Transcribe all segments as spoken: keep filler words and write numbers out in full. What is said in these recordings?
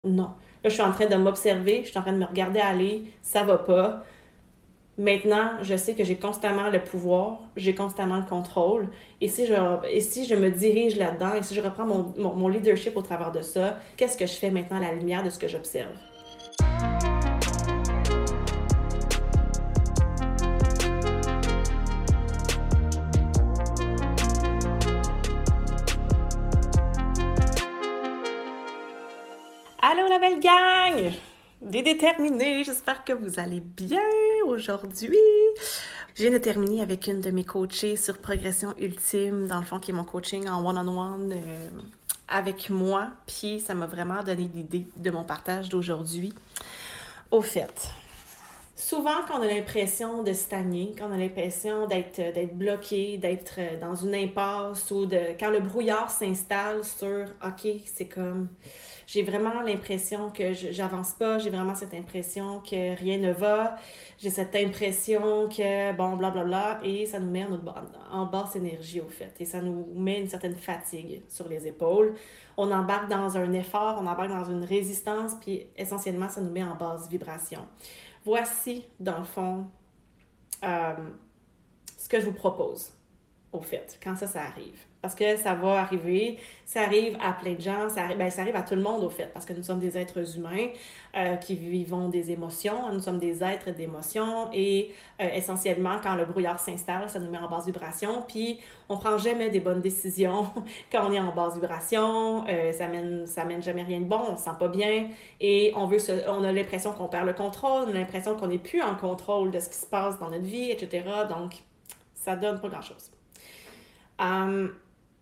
Non. Là, je suis en train de m'observer, je suis en train de me regarder aller, ça va pas. Maintenant, je sais que j'ai constamment le pouvoir, j'ai constamment le contrôle. Et si je, et si je me dirige là-dedans, et si je reprends mon, mon, mon leadership au travers de ça, qu'est-ce que je fais maintenant à la lumière de ce que j'observe? Allô la belle gang! Des déterminés, j'espère que vous allez bien aujourd'hui. Je viens de terminer avec une de mes coachées sur progression ultime, dans le fond, qui est mon coaching en one-on-one euh, avec moi. Puis ça m'a vraiment donné l'idée de mon partage d'aujourd'hui. Au fait, souvent quand on a l'impression de stagner, quand on a l'impression d'être, d'être bloqué, d'être dans une impasse ou de quand le brouillard s'installe sur « OK, c'est comme... » J'ai vraiment l'impression que je, j'avance pas, j'ai vraiment cette impression que rien ne va, j'ai cette impression que, bon, blablabla, et ça nous met en, en basse énergie, au fait, et ça nous met une certaine fatigue sur les épaules. On embarque dans un effort, on embarque dans une résistance, puis essentiellement, ça nous met en basse vibration. Voici, dans le fond, euh, ce que je vous propose, au fait, quand ça, ça arrive. Parce que ça va arriver, ça arrive à plein de gens, ça arrive, ben, ça arrive à tout le monde, au fait, parce que nous sommes des êtres humains euh, qui vivons des émotions, nous sommes des êtres d'émotions, et euh, essentiellement, quand le brouillard s'installe, ça nous met en basse vibration, puis on prend jamais des bonnes décisions quand on est en basse vibration, euh, ça mène, ça mène jamais rien de bon, on se sent pas bien, et on veut se, on a l'impression qu'on perd le contrôle, on a l'impression qu'on n'est plus en contrôle de ce qui se passe dans notre vie, et cetera. Donc, ça donne pas grand-chose. Um,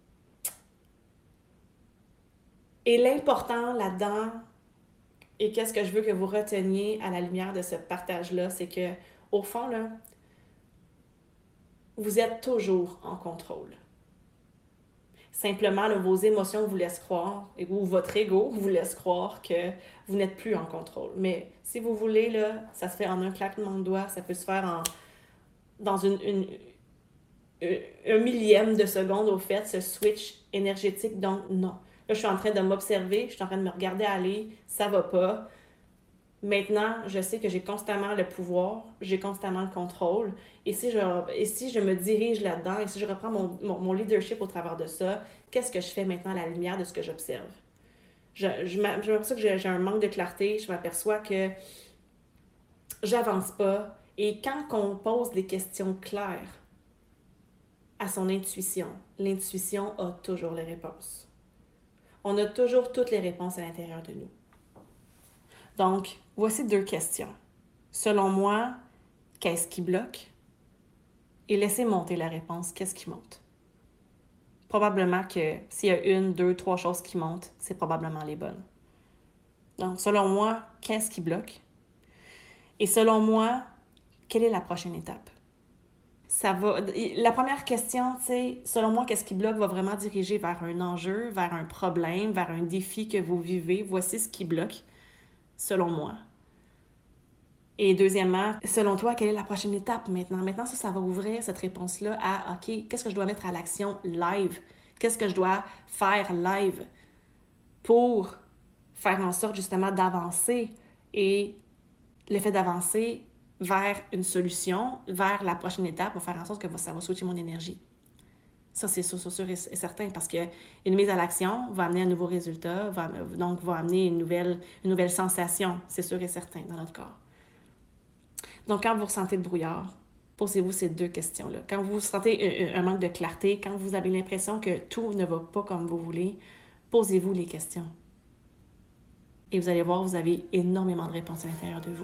Et l'important là-dedans, et qu'est-ce que je veux que vous reteniez à la lumière de ce partage-là, c'est que, au fond, là, vous êtes toujours en contrôle. Simplement, là, vos émotions vous laissent croire, ou votre ego vous laisse croire que vous n'êtes plus en contrôle. Mais si vous voulez, là, ça se fait en un claquement de doigts, ça peut se faire en, dans une, une, un millième de seconde, au fait, ce switch énergétique. Donc, non. Là, je suis en train de m'observer, je suis en train de me regarder aller, ça va pas. Maintenant, je sais que j'ai constamment le pouvoir, j'ai constamment le contrôle. Et si je, et si je me dirige là-dedans, et si je reprends mon, mon, mon leadership au travers de ça, qu'est-ce que je fais maintenant à la lumière de ce que j'observe? Je, je, je m'aperçois que j'ai, j'ai un manque de clarté, je m'aperçois que j'avance pas. Et quand on pose des questions claires à son intuition, l'intuition a toujours les réponses. On a toujours toutes les réponses à l'intérieur de nous. Donc, voici deux questions. Selon moi, qu'est-ce qui bloque? Et laissez monter la réponse, qu'est-ce qui monte? Probablement que s'il y a une, deux, trois choses qui montent, c'est probablement les bonnes. Donc, selon moi, qu'est-ce qui bloque? Et selon moi, quelle est la prochaine étape? Ça va. La première question, tu sais, selon moi, qu'est-ce qui bloque va vraiment diriger vers un enjeu, vers un problème, vers un défi que vous vivez. Voici ce qui bloque, selon moi. Et deuxièmement, selon toi, quelle est la prochaine étape maintenant? Maintenant, ça, ça va ouvrir cette réponse-là à, OK, qu'est-ce que je dois mettre à l'action live? Qu'est-ce que je dois faire live pour faire en sorte justement d'avancer et le fait d'avancer vers une solution, vers la prochaine étape pour faire en sorte que ça va switcher mon énergie. Ça, c'est sûr, sûr, sûr et certain, parce qu'une mise à l'action va amener un nouveau résultat, va, donc va amener une nouvelle, une nouvelle sensation, c'est sûr et certain, dans notre corps. Donc, quand vous ressentez le brouillard, posez-vous ces deux questions-là. Quand vous sentez un, un manque de clarté, quand vous avez l'impression que tout ne va pas comme vous voulez, posez-vous les questions. Et vous allez voir, vous avez énormément de réponses à l'intérieur de vous.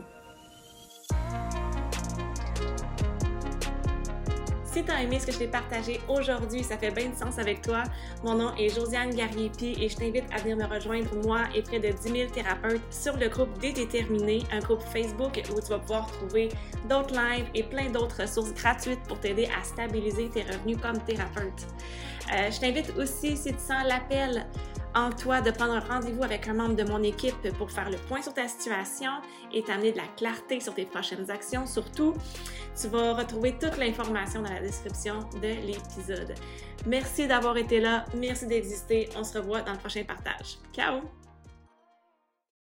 Si tu as aimé ce que je t'ai partagé aujourd'hui, ça fait bien de sens avec toi, mon nom est Josiane Garriépi et je t'invite à venir me rejoindre, moi et près de dix mille thérapeutes, sur le groupe des Déterminés, un groupe Facebook où tu vas pouvoir trouver d'autres lives et plein d'autres ressources gratuites pour t'aider à stabiliser tes revenus comme thérapeute. Euh, je t'invite aussi, si tu sens l'appel en toi de prendre un rendez-vous avec un membre de mon équipe pour faire le point sur ta situation et t'amener de la clarté sur tes prochaines actions. Surtout, tu vas retrouver toute l'information dans la description de l'épisode. Merci d'avoir été là, merci d'exister. On se revoit dans le prochain partage. Ciao!